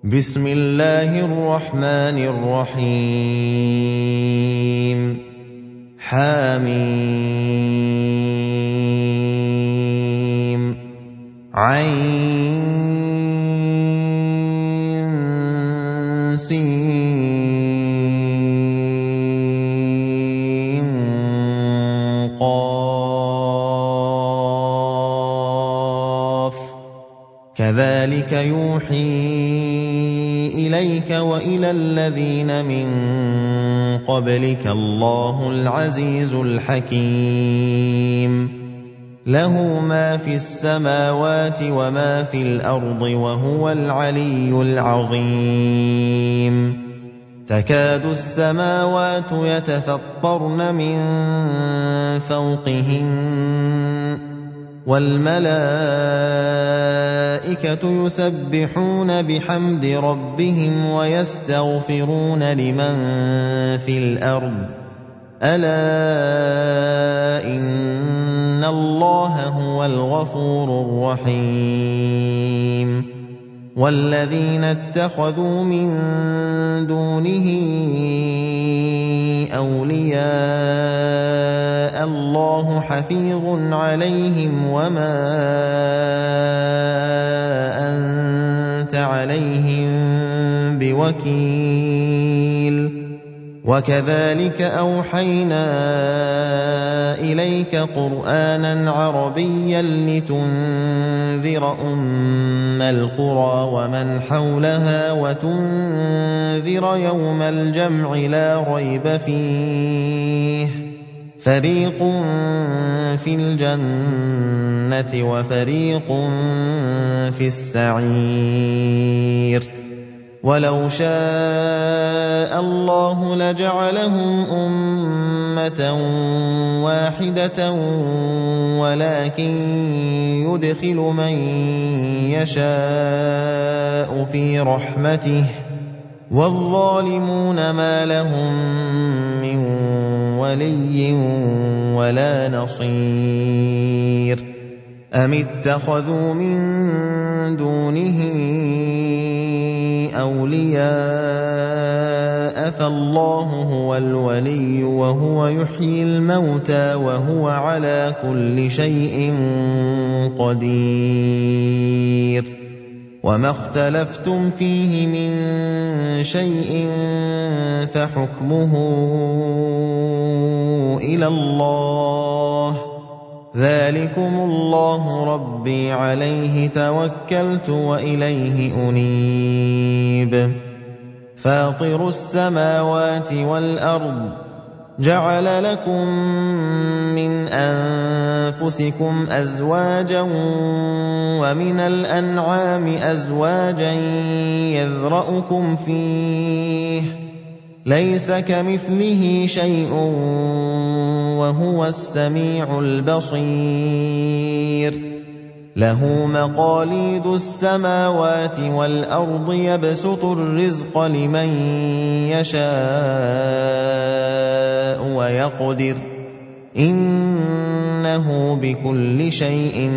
بسم الله الرحمن الرحيم حميم عين سين قاف كذلك يوحي إليك وإلى الذين من قبلك الله العزيز الحكيم له ما في السماوات وما في الأرض وهو العلي العظيم تكاد السماوات يتفطرن من فوقهن والملائكة يسبحون بحمد ربهم ويستغفرون لمن في الأرض ألا إن الله هو الغفور الرحيم والذين اتخذوا من دونه أولياء الله حفيظ عليهم وما أنت عليهم بوكيل وكذلك أوحينا إليك قرآنا عربيا لتنذر أم القرى ومن حولها وتنذر يوم الجمع لا ريب فيه فريق في الجنة وفريق في السعير ولو شاء الله لجعلهم أمة واحدة ولكن يدخل من يشاء في رحمته والظالمون ما لهم من ولي ولا نصير أم اتخذوا من دونه أولياء فالله هو الولي وهو يحيي الموتى وهو على كل شيء قدير وما اختلفتم فيه من شيء فحكمه إلى الله ذلكم الله ربي عليه توكلت وإليه أنيب فاطر السماوات والأرض جعل لكم من أنفسكم أزواجا ومن الأنعام أزواجا يذرأكم فيه ليس كمثله شيء وهو السميع البصير له مقاليد السماوات والأرض يبسط الرزق لمن يشاء ويقدر إنه بكل شيء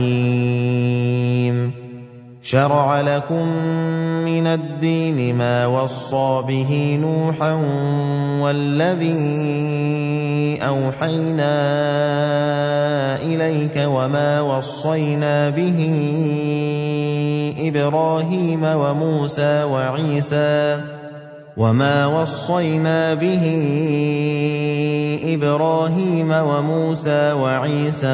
عليم شرع لكم من الدين ما وصى به نوحا والذي أوحينا إليك وما وصينا به إبراهيم وموسى وعيسى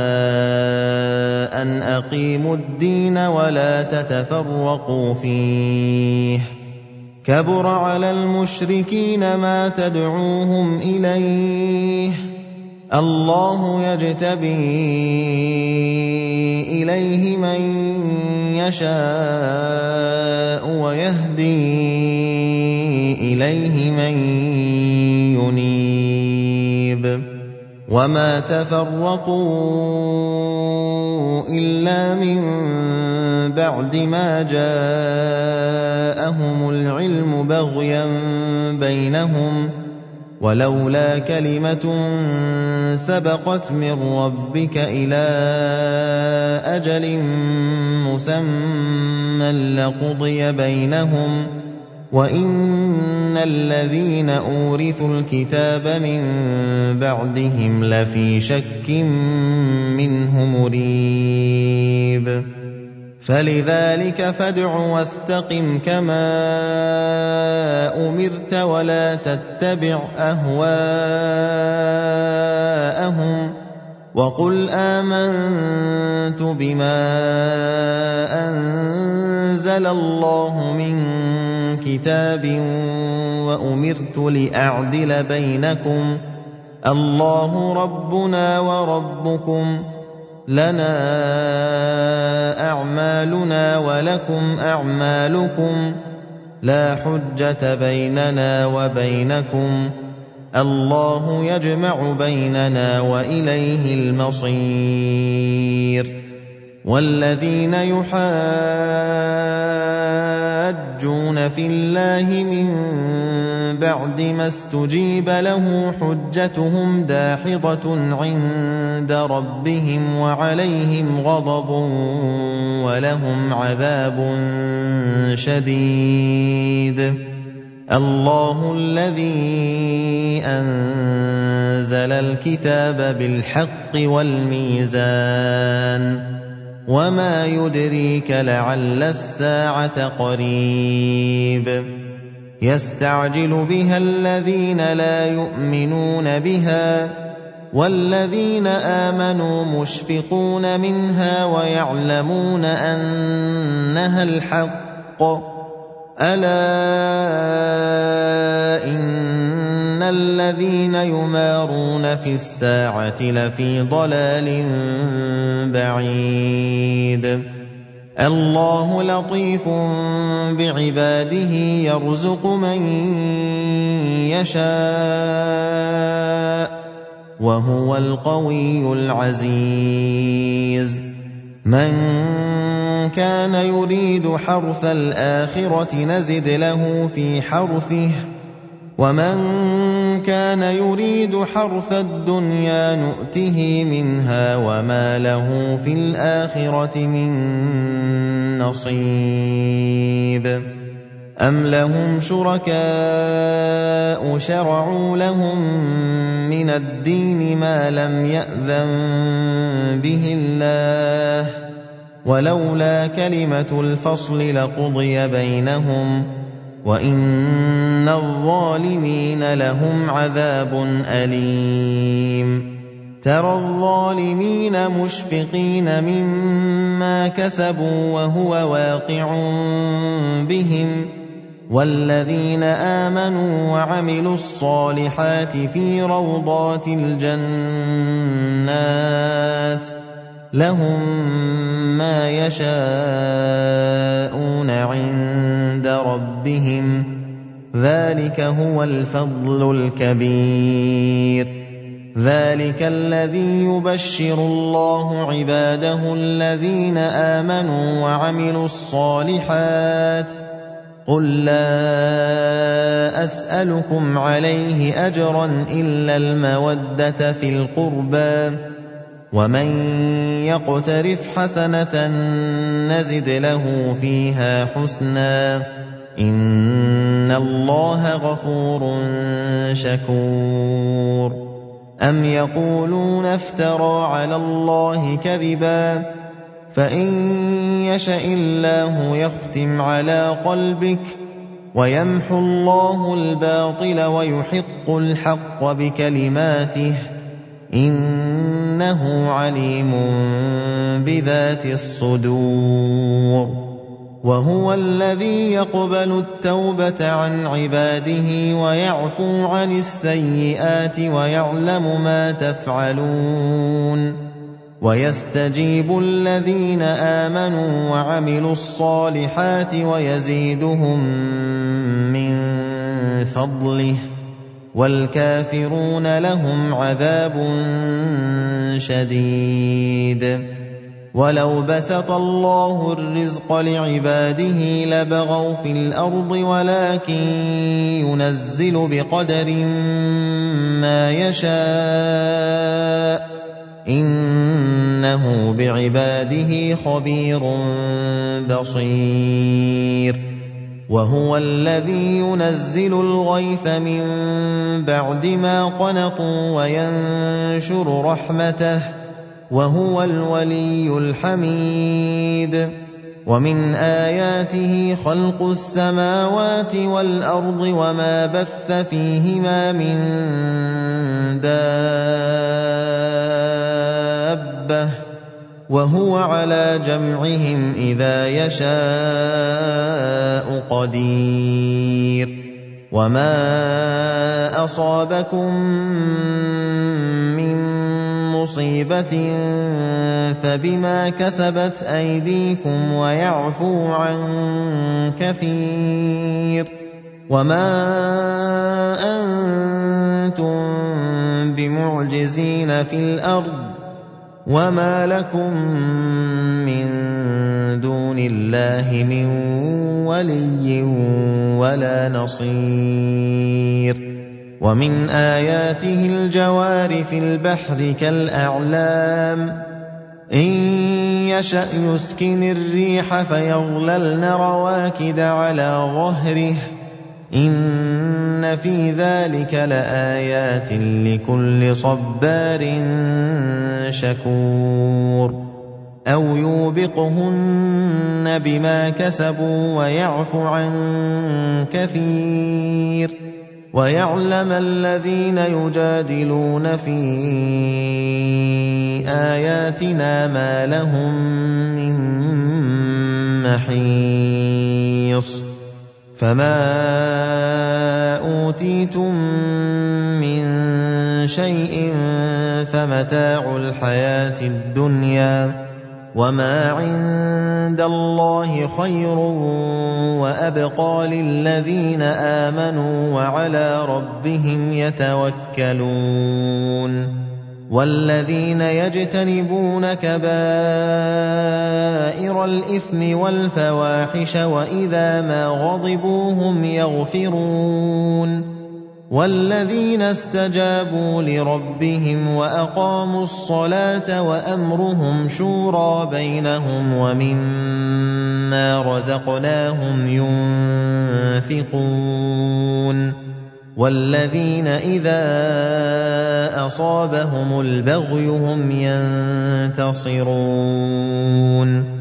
أن أقيموا الدين ولا تتفرقوا فيه كبر على المشركين ما تدعوهم إليه الله يجتبي إليه من يشاء ويهدي إليه من ينيب وما تفرقوا إلا من بعد ما جاءهم العلم بغيا بينهم ولولا كلمة سبقت من ربك إلى أجل مسمى لقضي بينهم وإن الذين أورثوا الكتاب من بعدهم لفي شك منه مريب فلذلك فادع واستقم كما أمرت ولا تتبع أهواءهم وقل آمنت بما أنزل الله من كتاب وأمرت لأعدل بينكم الله ربنا وربكم لنا أعمالنا ولكم أعمالكم لا حجة بيننا وبينكم الله يجمع بيننا وإليه المصير والذين يحاجون في الله من بعد ما استجيب له حجتهم داحضة عند ربهم وعليهم غضب ولهم عذاب شديد الله الذي أنزل الكتاب بالحق والميزان وما يدريك لعل الساعة قريب يستعجل بها الذين لا يؤمنون بها والذين آمنوا مشفقون منها ويعلمون أنها الحق ألا إن الذين يمارون في الساعة لفي ضلال بعيد الله لطيف بعباده يرزق من يشاء وهو القوي العزيز من كان يريد حرث الآخرة نزد له في حرثه ومن كان يريد حرث الدنيا نؤته منها وما له في الآخرة من نصيب أم لهم شركاء شرعوا لهم من الدين ما لم يأذن به الله ولولا كلمة الفصل لقضي بينهم وإن الظالمين لهم عذاب أليم ترى الظالمين مشفقين مما كسبوا وهو واقع بهم والذين آمنوا وعملوا الصالحات في روضات الجنات لهم ما يشاءون عند ربهم ذلك هو الفضل الكبير ذلك الذي يبشر الله عباده الذين آمنوا وعملوا الصالحات قل لا أسألكم عليه أجرا إلا المودة في القربى ومن يقترف حسنة نزد له فيها حسنا إن الله غفور شكور أم يقولون افترى على الله كذبا فإن يشأ الله يختم على قلبك ويمحو الله الباطل ويحق الحق بكلماته إنه عليم بذات الصدور وهو الذي يقبل التوبة عن عباده ويعفو عن السيئات ويعلم ما تفعلون ويستجيب الذين آمنوا وعملوا الصالحات ويزيدهم من فضله والكافرون لهم عذاب شديد وَلَوْ بَسَطَ اللَّهُ الرِّزْقَ لِعِبَادِهِ لَبَغَوْا فِي الْأَرْضِ وَلَكِن يُنَزِّلُ بِقَدَرٍ مَّا يَشَاءُ ۚ إِنَّهُ بِعِبَادِهِ خَبِيرٌ بَصِيرٌ وَهُوَ الَّذِي يُنَزِّلُ الْغَيْثَ مِن بَعْدِ مَا قَنَطُوا وَيَنشُرُ رَحْمَتَهُ ۚ وَهُوَ الْوَلِيُّ الْحَمِيدُ وَمِنْ آيَاتِهِ خَلْقُ السَّمَاوَاتِ وَالْأَرْضِ وَمَا بَثَّ فِيهِمَا مِن دَابَّةٍ وَهُوَ عَلَىٰ جَمْعِهِمْ إِذَا يَشَاءُ قَدِيرٌ وَمَا أَصَابَكُم مِّن مُّصِيبَةٍ فَبِمَا كَسَبَتْ أَيْدِيكُمْ وَيَعْفُو عَن كَثِيرٍ وَمَا أَنتُم بِمُعْجِزِينَ فِي الْأَرْضِ وَمَا لَكُم مِّن دُونِ اللَّهِ مِن وَلِيٍّ وَلَا نَصِيرٍ وَمِنْ آيَاتِهِ الْجَوَارِ فِي الْبَحْرِ كَالْأَعْلَامِ إِن يَشَأْ يُسْكِنِ الرِّيحَ فَيَظْلَلْنَ رَوَاكِدَ عَلَىٰ ظَهْرِهِ ۚ إِنَّ فِي ذَلِكَ لَآيَاتٍ لِّكُلِّ صَبَّارٍ شَكُورٍ أَوْ يُوبِقْهُنَّ بِمَا كَسَبُوا وَيَعْفُ عَن كَثِيرٍ وَيَعْلَمَ الَّذِينَ يُجَادِلُونَ فِي آيَاتِنَا مَا لَهُم مِّن مَّحِيصٍ فَمَا أُوتِيتُم مِّن شَيْءٍ فَمَتَاعُ الْحَيَاةِ الدُّنْيَا وَمَا عِندَ اللَّهِ خَيْرٌ وَأَبْقَىٰ لِلَّذِينَ آمَنُوا وَعَلَىٰ رَبِّهِمْ يَتَوَكَّلُونَ وَالَّذِينَ يَجْتَنِبُونَ كَبَائِرَ الْإِثْمِ وَالْفَوَاحِشَ وَإِذَا مَا غَضِبُوا هُمْ يَغْفِرُونَ وَالَّذِينَ اسْتَجَابُوا لِرَبِّهِمْ وَأَقَامُوا الصَّلَاةَ وَأَمْرُهُمْ شُورَىٰ بَيْنَهُمْ وَمِمَّا رَزَقْنَاهُمْ يُنفِقُونَ وَالَّذِينَ إِذَا أَصَابَهُمُ الْبَغْيُ هُمْ يَنتَصِرُونَ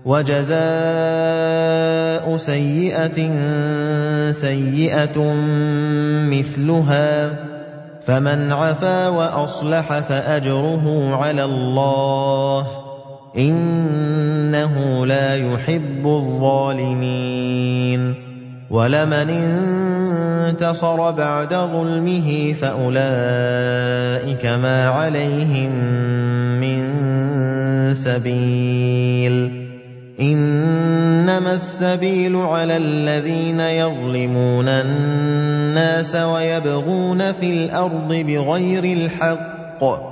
وَجَزَاءُ سَيِّئَةٍ سَيِّئَةٌ مِّثْلُهَا ۖ فَمَنْ عَفَا وَأَصْلَحَ فَأَجْرُهُ عَلَى اللَّهِ ۚ إِنَّهُ لَا يُحِبُّ الظَّالِمِينَ وَلَمَنِ انتَصَرَ بَعْدَ ظُلْمِهِ فَأُولَٰئِكَ مَا عَلَيْهِم مِّن سَبِيلٍ إِنَّمَا السَّبِيلُ عَلَى الَّذِينَ يَظْلِمُونَ النَّاسَ وَيَبْغُونَ فِي الْأَرْضِ بِغَيْرِ الْحَقِّ ۚ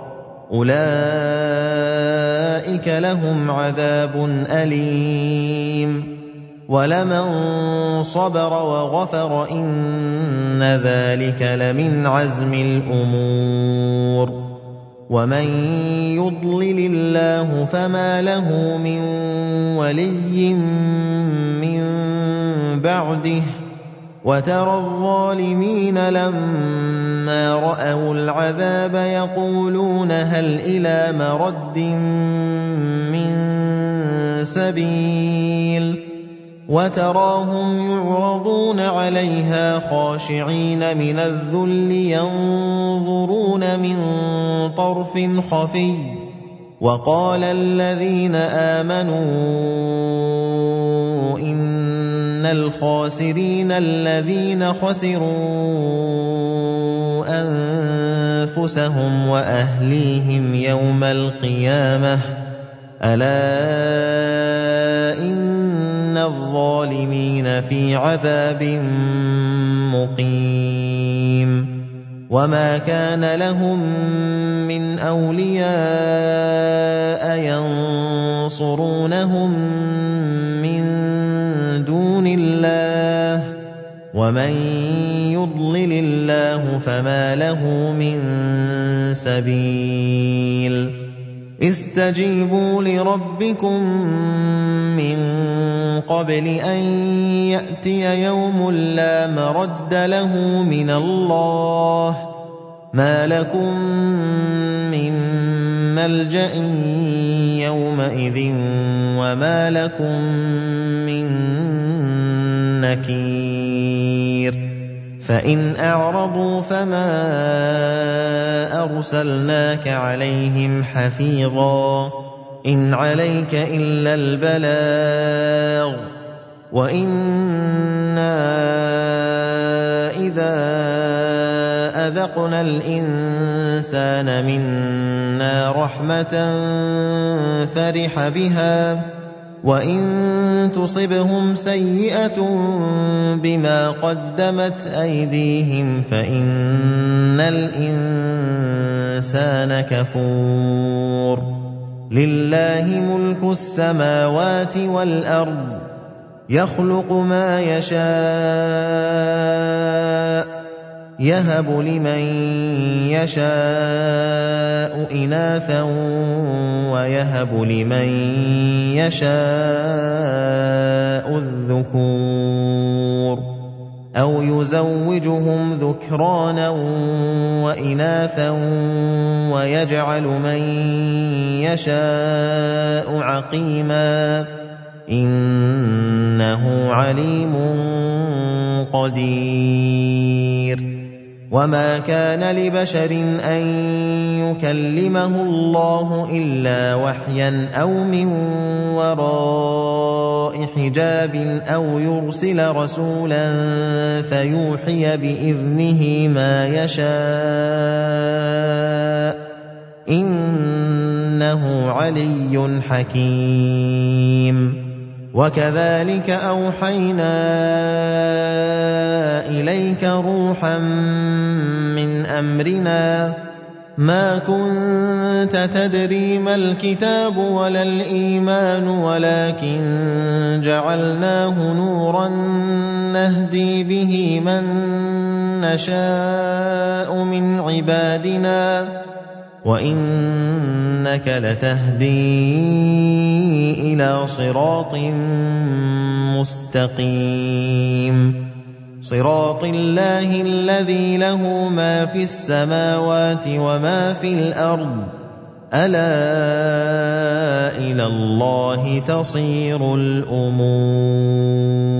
أُولَٰئِكَ لَهُمْ عَذَابٌ أَلِيمٌ وَلَمَن صَبَرَ وَغَفَرَ إِنَّ ذَٰلِكَ لَمِنْ عَزْمِ الْأُمُورِ وَمَن يُضْلِلِ اللَّهُ فَمَا لَهُ مِن وَلِيٍّ مِّن بَعْدِهِ ۗ وَتَرَى الظَّالِمِينَ لَمَّا رَأَوُا الْعَذَابَ يَقُولُونَ هَلْ إِلَىٰ مَرَدٍّ مِّن سَبِيلٍ وَتَرَاهُمْ يُعْرَضُونَ عَلَيْهَا خَاشِعِينَ مِنَ الذُّلِّ يَنظُرُونَ مِن طَرْفٍ خَفِيٍّ وَقَالَ الَّذِينَ آمَنُوا إِنَّ الْخَاسِرِينَ الَّذِينَ خَسِرُوا أَنفُسَهُمْ وَأَهْلِيهِمْ يَوْمَ الْقِيَامَةِ ۗ أَلَا إِنَّ الظَّالِمِينَ فِي عَذَابٍ مُّقِيمٍ وما كان لهم من أولياء ينصرونهم من دون الله ومن يضلل الله فما له من سبيل استجيبوا لربكم من قبل أن يأتي يوم لا مرد له من الله ما لكم من ملجأ يومئذ وما لكم من نكير فإن أعرضوا فما أرسلناك عليهم حفيظا إن عليك إلا البلاغ وإنا إذا أذقنا الإنسان منا رحمة فرح بها وإن تصبهم سيئة بما قدمت أيديهم فإن الإنسان كفور لله ملك السماوات والأرض يخلق ما يشاء يهب لمن يشاء إناثا ويهب لمن يشاء الذكور أو يزوجهم ذكرانا وإناثا ويجعل من يشاء عقيما إنه عليم قدير وما كان لبشر أن يكلمه الله إلا وحيا أو من وراء حجاب أو يرسل رسولا فيوحي بإذنه ما يشاء إنه علي حكيم وكذلك أوحينا إليك روحا من أمرنا ما كنت تدري ما الكتاب ولا الإيمان ولكن جعلناه نورا نهدي به من نشاء من عبادنا وإنك لتهدي إلى صراط مستقيم صراط الله الذي له ما في السماوات وما في الأرض ألا إلى الله تصير الأمور